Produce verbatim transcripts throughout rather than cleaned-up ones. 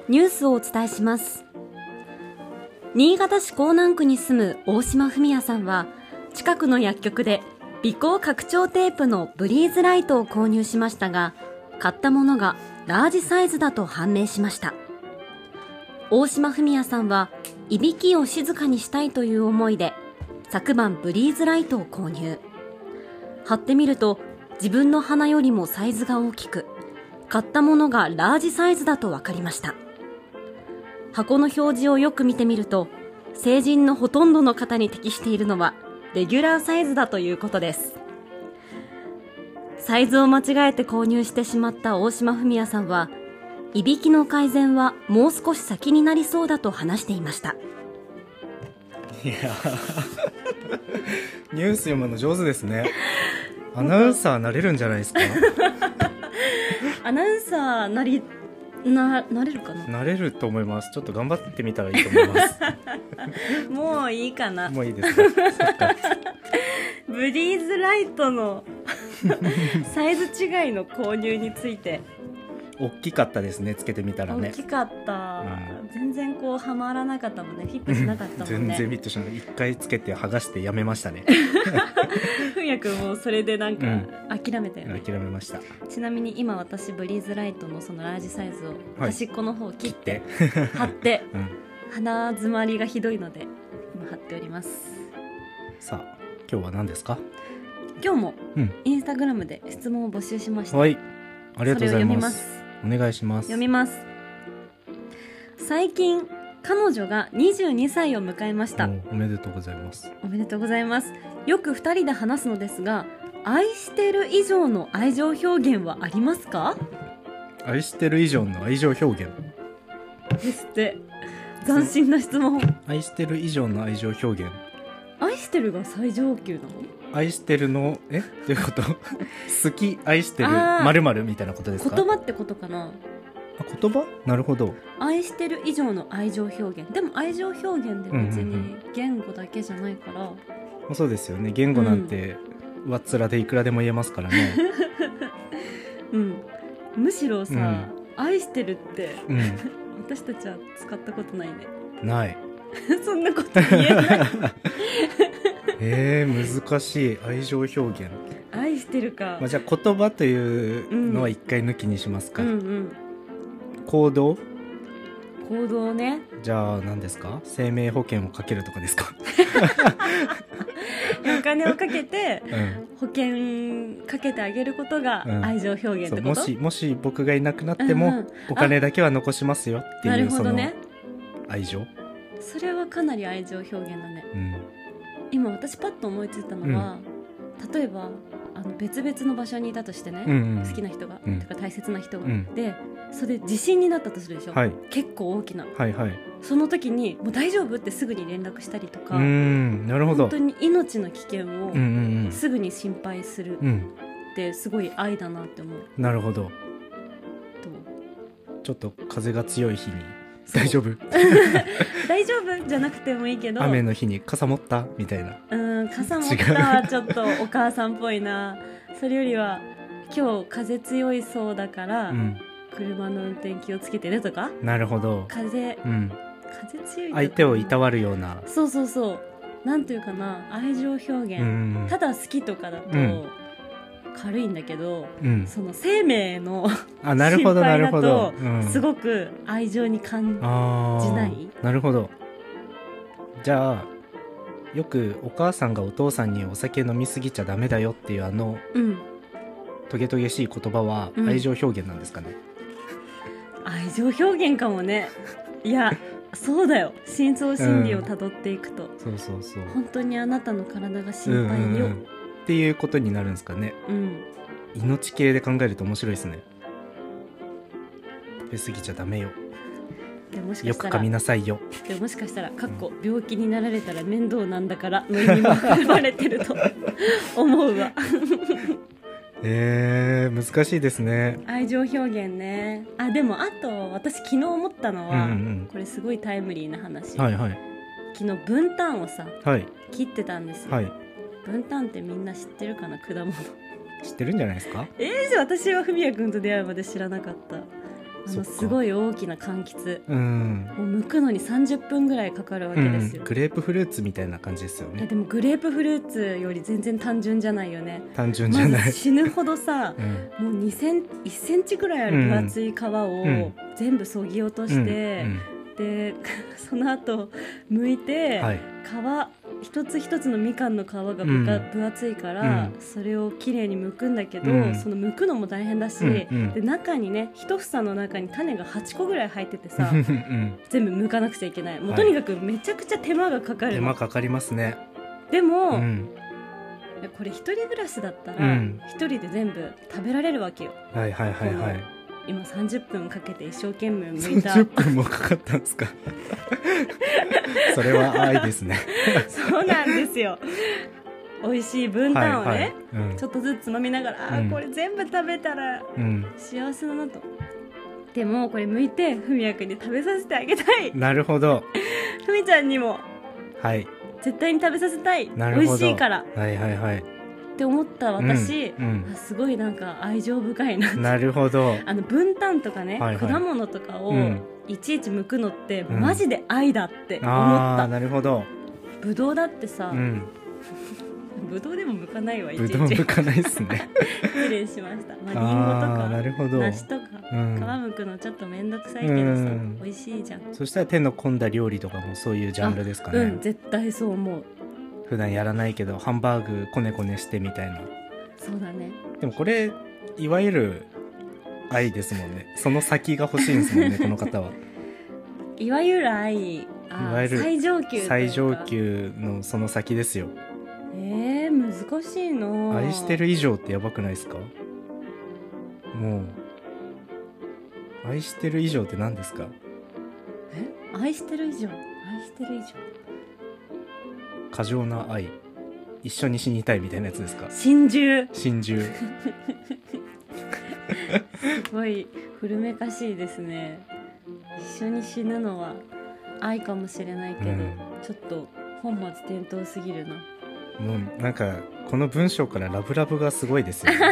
ニュースをお伝えします。新潟市江南区に住む大島文也さんは、近くの薬局で微光拡張テープのブリーズライトを購入しましたが、買ったものがラージサイズだと判明しました。大島文也さんは、いびきを静かにしたいという思いで昨晩ブリーズライトを購入。貼ってみると自分の鼻よりもサイズが大きく、買ったものがラージサイズだと分かりました。箱の表示をよく見てみると、成人のほとんどの方に適しているのはレギュラーサイズだということです。サイズを間違えて購入してしまった大島文也さんは、いびきの改善はもう少し先になりそうだと話していました。 いやニュース読むの上手ですね。アナウンサーなれるんじゃないですか。 アナウンサーなりな、なれるかな。 なれると思います。ちょっと頑張ってみたらいいと思いますもういいかな。 もういいですか。そっか。 ブリーズライトのサイズ違いの購入について、 大きかったですね、つけてみたらね。 大きかった、うん、全然こうはまらなかったもんね。フィットしなかったもんね。 全然フィットしない。一回つけて剥がしてやめましたね。 ふんやくんもそれでなんか諦めたよね、 うん、諦めました。 ちなみに今私ブリーズライトのそのラージサイズを端っこの方を切って、 はい、 貼って、 うん、 鼻詰まりがひどいので今貼っております。 さあ今日は何ですか。 今日もインスタグラムで質問を募集しました、 うん、はい、ありがとうございます。 それを読みます。 お願いします。 読みます。最近彼女がにじゅうにさいを迎えました。 おめでとうございます。 おめでとうございます。よくふたりで話すのですが、愛してる以上の愛情表現はありますか。 愛してる以上の愛情表現ですって。斬新な質問。 愛してる以上の愛情表現。 愛してるが最上級なの。 愛してるのえどういうこと好き、愛してる〇〇みたいなことですか。 言葉ってことかな。 あ、言葉、なるほど。 愛してる以上の愛情表現。でも愛情表現で別に言語だけじゃないから、うんうんうん、そうですよね。言語なんて上っ面でいくらでも言えますからね。 うん、むしろさ、うん、愛してるって、 うん、 私たちは使ったことないね。 ないそんなこと言えないえー、難しい。愛情表現、 愛してるか、 まあ、じゃあ言葉というのは一回抜きにしますか、 うんうんうん、 行動行動ね。 じゃあ何ですか。生命保険をかけるとかですか。 お金をかけて、うん、保険かけてあげることが愛情表現ってこと、うん、 もしもし僕がいなくなっても、うんうん、お金だけは残しますよっていう、 なるほどね、 その愛情。 それはかなり愛情表現だね、うん、今私パッと思いついたのは、うん、例えばあの別々の場所にいたとしてね、うんうん、好きな人が、うん、とか大切な人が、うん、でそれで地震になったとするでしょ、はい、結構大きな、はいはい、その時にもう大丈夫ってすぐに連絡したりとか、 うん、なるほど、 本当に命の危険をすぐに心配するってすごい愛だなって思う、 うん、なるほど。ちょっと風が強い日に大丈夫大丈夫じゃなくてもいいけど、 雨の日に傘持ったみたいな。 うん、傘持ったはちょっとお母さんっぽいな。それよりは今日風強いそうだから、うん、車の運転気をつけてねとか。 なるほど。 風、うん、風強いとか相手をいたわるような。 そうそうそう、なんていうかな、愛情表現、うん、ただ好きとかだと、うん軽いんだけど、うん、その生命のあ、なるほどなるほど、 うん、すごく愛情に感じない。 なるほど。じゃあよくお母さんがお父さんにお酒飲みすぎちゃダメだよっていうあの、うん、トゲトゲしい言葉は愛情表現なんですかね、 うん、愛情表現かもね。いやそうだよ、深層心理をたどっていくと、うん、そうそうそう、本当にあなたの体が心配よ、うんうんうんっていうことになるんですかね、うん、命系で考えると面白いですね。食べ過ぎちゃダメよ、 でもしかしたらよく噛みなさいよ。 でもしかしたらかっこ病気になられたら面倒なんだからの意味も含まれてると思うわえー、難しいですね、 愛情表現ね。あ、でもあと私昨日思ったのは、うんうん、これすごいタイムリーな話、はいはい、昨日分担をさ、はい、切ってたんですよ、はい、分担ってみんな知ってるかな、果物。 知ってるんじゃないですか。 えー、じゃあ私は文也くんと出会うまで知らなかった。 あのすごい大きな柑橘、 うん、 もう剥くのにさんじゅっぷんぐらいかかるわけですよ、 うん、グレープフルーツみたいな感じですよね。 でもグレープフルーツより全然単純じゃないよね。 単純じゃない、 まず死ぬほどさ、 うん、 もうにセンチいっセンチぐらいある分厚い皮を全部そぎ落として、うんうん、でその後剥いて、はい、皮一つ一つのみかんの皮が 分,、うん、分厚いから、うん、それをきれいに剥くんだけど、うん、その剥くのも大変だし、うんうん、で中にね一房の中に種がはちこぐらい入っててさ、うん、全部剥かなくちゃいけない。もうとにかくめちゃくちゃ手間がかかるの。 手間かかりますね。 でも、 うん、 これ一人暮らしだったら一人で全部食べられるわけよ。 はいはいはいはい。 今さんじゅっぷんかけて一生懸命剥いた。 さんじゅっぷんもかかったんですかそれは愛ですねそうなんですよ。美味しい文旦をね、はいはいうん、ちょっとずつつまみながら、うん、あこれ全部食べたら幸せだなと、うん、でもこれ剥いてふみやくんに食べさせてあげたい。 なるほど。 ふみちゃんにも、 はい、 絶対に食べさせたい。 なるほど、 美味しいから。 はいはいはいって思った私、うんうん、すごいなんか愛情深いな。 なるほど。 あの文旦とかね、はいはい、果物とかをいちいち剥くのってマジで愛だって思った、うん、 あなるほど。 ぶどうだってさ、うん、ぶどうでも剥かないわ。いちいちぶどう剥かないですね失礼しました。まあ、リンゴとかなるほど梨とか、うん、皮剥くのちょっとめんどくさいけどさ、うん、美味しいじゃん。 そしたら手の込んだ料理とかもそういうジャンルですかね。 うん絶対そう思う。 普段やらないけどハンバーグこねこねしてみたいな。 そうだね。 でもこれいわゆる愛ですもんね。その先が欲しいんですもんねこの方は。 いわゆる愛、あいわゆる最上級最上級のその先ですよ。 えー、難しいな。 愛してる以上ってやばくないですか。もう愛してる以上って何ですか。 え愛してる以上愛してる以上過剰な愛、一緒に死にたいみたいなやつですか。 心中心中すごい古めかしいですね。一緒に死ぬのは愛かもしれないけど、うん、ちょっと本末転倒すぎるな。 もうなんかこの文章からラブラブがすごいですよね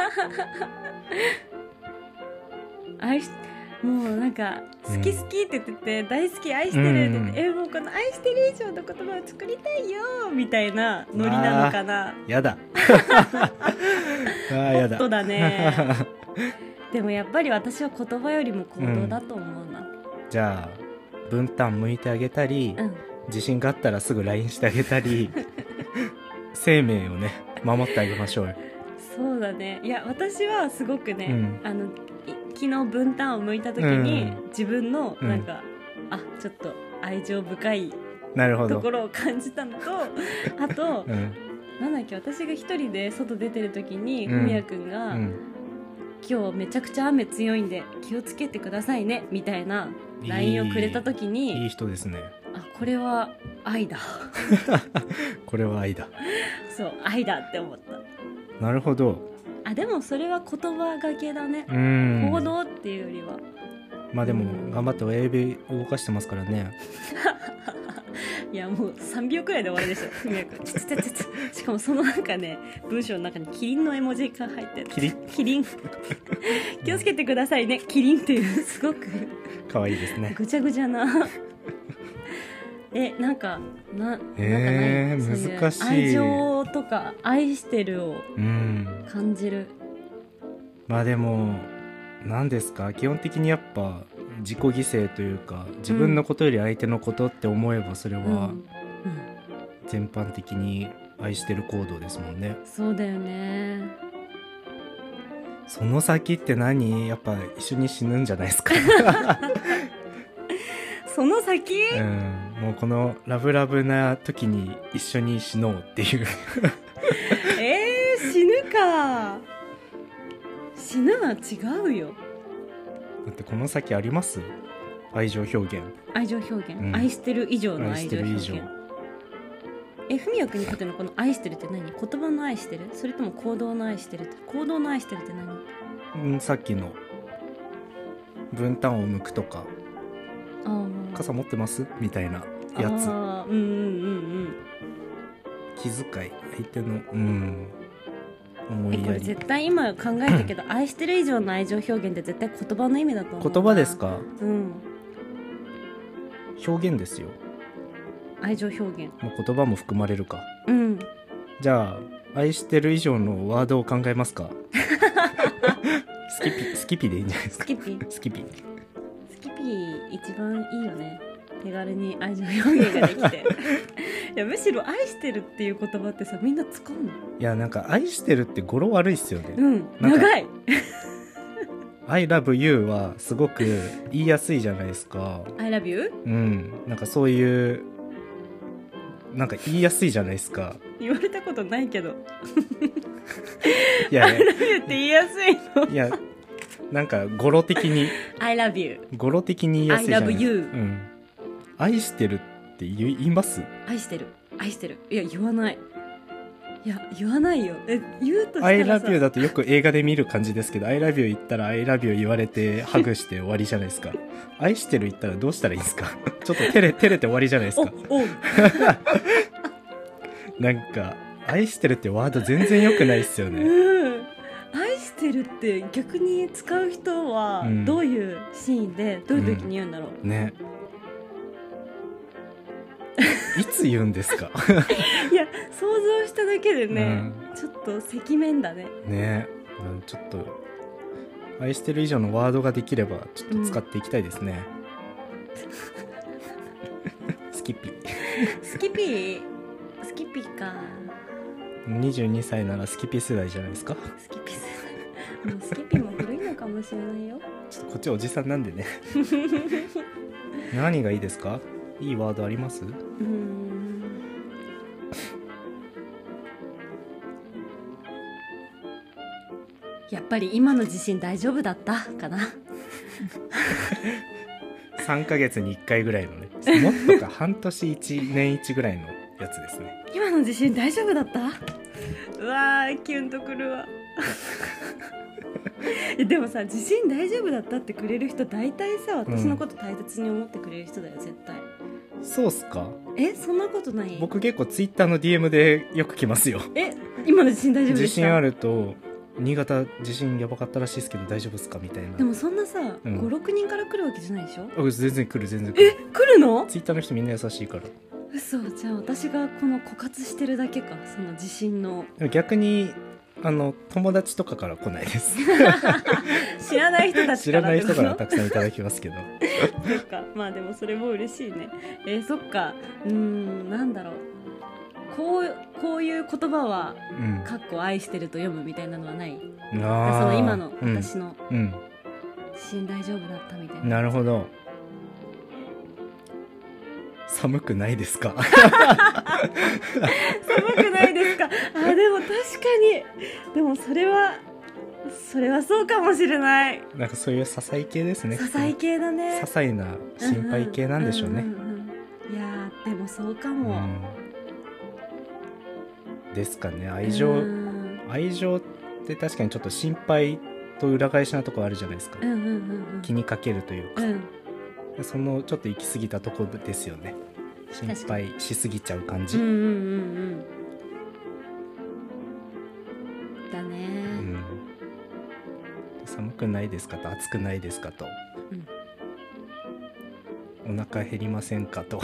愛しもうなんか好き好きって言ってて、うん、大好き愛してるって言って、うん、えもうこの愛してる以上の言葉を作りたいよみたいなノリなのかな。 やだあやだ。ホットだねでもやっぱり私は言葉よりも行動だと思うな、うん、 じゃあ文旦向いてあげたり、うん、自信があったらすぐ ライン してあげたり生命をね守ってあげましょうよ。 そうだね。いや私はすごくね、うん、あの昨日文旦を剥いた時に、うん、自分のなんか、うん、あちょっと愛情深いところを感じたのとあと、うん、なんだっけ私が一人で外出てる時にふみやくんが、うん、今日めちゃくちゃ雨強いんで気をつけてくださいねみたいな ライン をくれた時に、 いい、いい人ですね。 あこれは愛だこれは愛だそう愛だって思った。 なるほど。 あでもそれは言葉がけだね。うん行動っていうよりはまあでも頑張って親指動かしてますからねいやもうさんびょうくらいで終わりでしょふみやくんちょちょちょちょしかもそのなんかね文章の中にキリンの絵文字が入ってる。キリンキリン気をつけてくださいねキリンっていうすごく可愛いですね。 ぐちゃぐちゃなえなんかな、 えー、なんかない難しい愛情とか愛してるを感じる、 うん、まあでも何ですか基本的にやっぱ自己犠牲というか自分のことより相手のことって思えばそれは全般的に愛してる行動ですもんね、 うんうん、そうだよね。 その先って何やっぱ一緒に死ぬんじゃないですかその先、 うん、もうこのラブラブな時に一緒に死のうっていうえー、死ぬか。死ぬは違うよ。 だってこの先あります愛情表現。 愛情表現、うん、愛してる以上の愛情表現。えふみやくんにとってのこの愛してるって何？言葉の愛してるそれとも行動の愛してるって行動の愛してるって何？うん、さっきの文旦を剥くとか傘持ってますみたいなやつ。あ、うんうんうんうん、気遣い相手のうんえこれ思いやり。 絶対今考えたけど愛してる以上の愛情表現って絶対言葉の意味だと思うな。 言葉ですか？ うん表現ですよ。 愛情表現。 もう言葉も含まれるか。 うんじゃあ愛してる以上のワードを考えますか？スキピスキピでいいんじゃないですか。 スキピスキピスキピ一番いいよね。手軽に愛情表現ができていやむしろ愛してるっていう言葉ってさみんな使うの？ いやなんか愛してるって語呂悪いっすよね。 うんなんか長い I love you はすごく言いやすいじゃないですか。 I love you うんなんかそういうなんか言いやすいじゃないですか。 言われたことないけどいや I いや love youって言いやすいのいやなんか語呂的に I love you 語呂的に言いやすいじゃない I love you うん愛してるって言い言います？ 愛してる愛してるいや言わないいや言わないよえ言うとしたらさ I love you だとよく映画で見る感じですけど I love you 言ったら I love you 言われてハグして終わりじゃないですか。愛してる言ったらどうしたらいいんですか？ちょっと照れ照れて終わりじゃないですか。 おおなんか愛してるってワード全然良くないっすよね。 うん愛してるって逆に使う人はうんどういうシーンでどういう時に言うんだろう、 ねいつ言うんですか？ いや想像しただけでね、 うちょっと赤面だね。 ねうんちょっと愛してる以上のワードができればちょっと使っていきたいですね、スキッピスキピースキピーかにじゅうにさいならスキピ世代じゃないですか。 スキピーもうスキピーも古いのかもしれないよ。 ちょっとこっちおじさんなんでね何がいいですか？いいワードあります？ うーんやっぱり今の地震大丈夫だったかな。 さんかげつにいっかいぐらいのねもっとか半年いちねんいちぐらいのやつですね。 今の地震大丈夫だった？うわーキュンとくるわえでもさ地震大丈夫だったってくれる人大体さ私のこと大切に思ってくれる人だよ絶対。 そうっすか？ えそんなことない？ 僕結構ツイッターの ディーエム でよく来ますよ。 え今の地震大丈夫でした？ 地震あると新潟地震やばかったらしいですけど大丈夫ですかみたいな。 でもそんなさ、 うんごろくにんから来るわけじゃないでしょ？ あ全然来る全然来える。 来るの？ ツイッターの人みんな優しいから。 嘘じゃあ私がこの枯渇してるだけかその地震の逆にあの友達とかから来ないです知らない人たち知かららない人からたっくさんいただきますけどそっかまあでもそれも嬉しいね。えー、そっかうーんなんだろうこうこういう言葉はうんかっこ愛してると読むみたいなのはない？ あーその今のうん私のうん地震大丈夫だったみたいな。 なるほど。寒くないですか？ 寒くないですか？あでも確かにでもそれはそれはそうかもしれない。 なんかそういう支え系ですね。 支え系だね。 些細な心配系なんでしょうね。 んんうんうんいやーでもそうかうも。 んですかね。愛情うん愛情って確かにちょっと心配と裏返しなとこあるじゃないですか、 うんうんうんうん気にかけるというか、 うんそのちょっと行き過ぎたとこですよね。心配しすぎちゃう感じ、 うんうんうんうんだねうん寒くないですかと暑くないですかと、お腹減りませんかと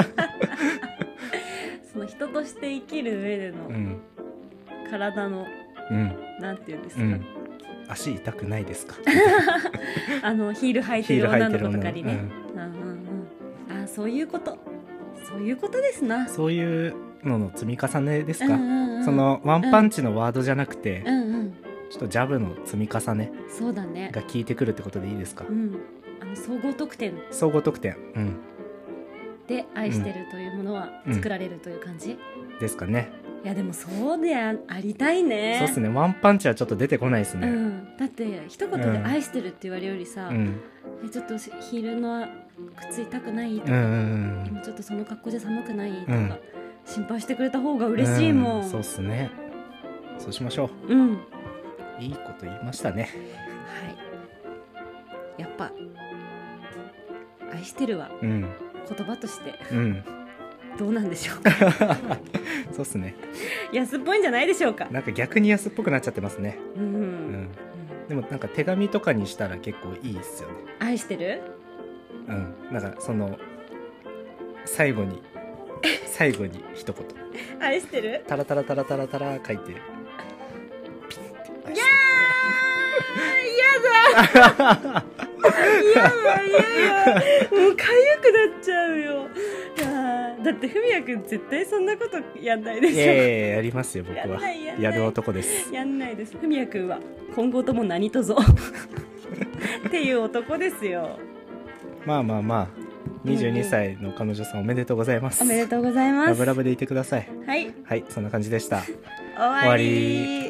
その人として生きる上でのうん体のうんなんていうんですか、 うん足痛くないですかあのヒール履いてる女の子とかにね、 うんうんうんうん、あそういうことそういうことですな。 そういうのの積み重ねですか、 うんうんうん、 そのワンパンチのワードじゃなくて、 うんうんちょっとジャブの積み重ねそうだね、 が効いてくるってことでいいですか、 うん、あの総合得点総合得点、うん、 で愛してるというものはうん作られるという感じ、 ですかね。 いやでもそうで あ, ありたいね。 そうっすね。ワンパンチはちょっと出てこないですね。 うん、だって一言で愛してるって言われるよりさ、 うんえちょっとヒールの靴痛くないとか、 うんうん今ちょっとその格好じゃ寒くないとか、 うん心配してくれた方が嬉しいもん、 うそうっすね。そうしましょうん、はう。いいこと言いましたね。 いやっぱ愛してるはうん言葉としてうんどうなんでしょうかそうっすね。 安っぽいんじゃないでしょうか。 なんか逆に安っぽくなっちゃってますね。 うん、うんうんでもなんか手紙とかにしたら結構いいっすよね。 愛してる。 うんなんかその最後に最後に一言愛してる。 タラタラタラタラタラ書いてピッて愛して嫌だ嫌だ嫌だもう痒くなっちゃうよ。いやだってふみやくん絶対そんなことやんないでしょ。 いやいやいややりますよ僕は。 やんないやんないやる男です。 やんないです。ふみやくんは今後とも何とぞっていう男ですよ。 まあまあまあにじゅうにさいの彼女さんおめでとうございます。 おめでとうございます。 ラブラブでいてください。 はいはいそんな感じでした。 終わり。 終わり。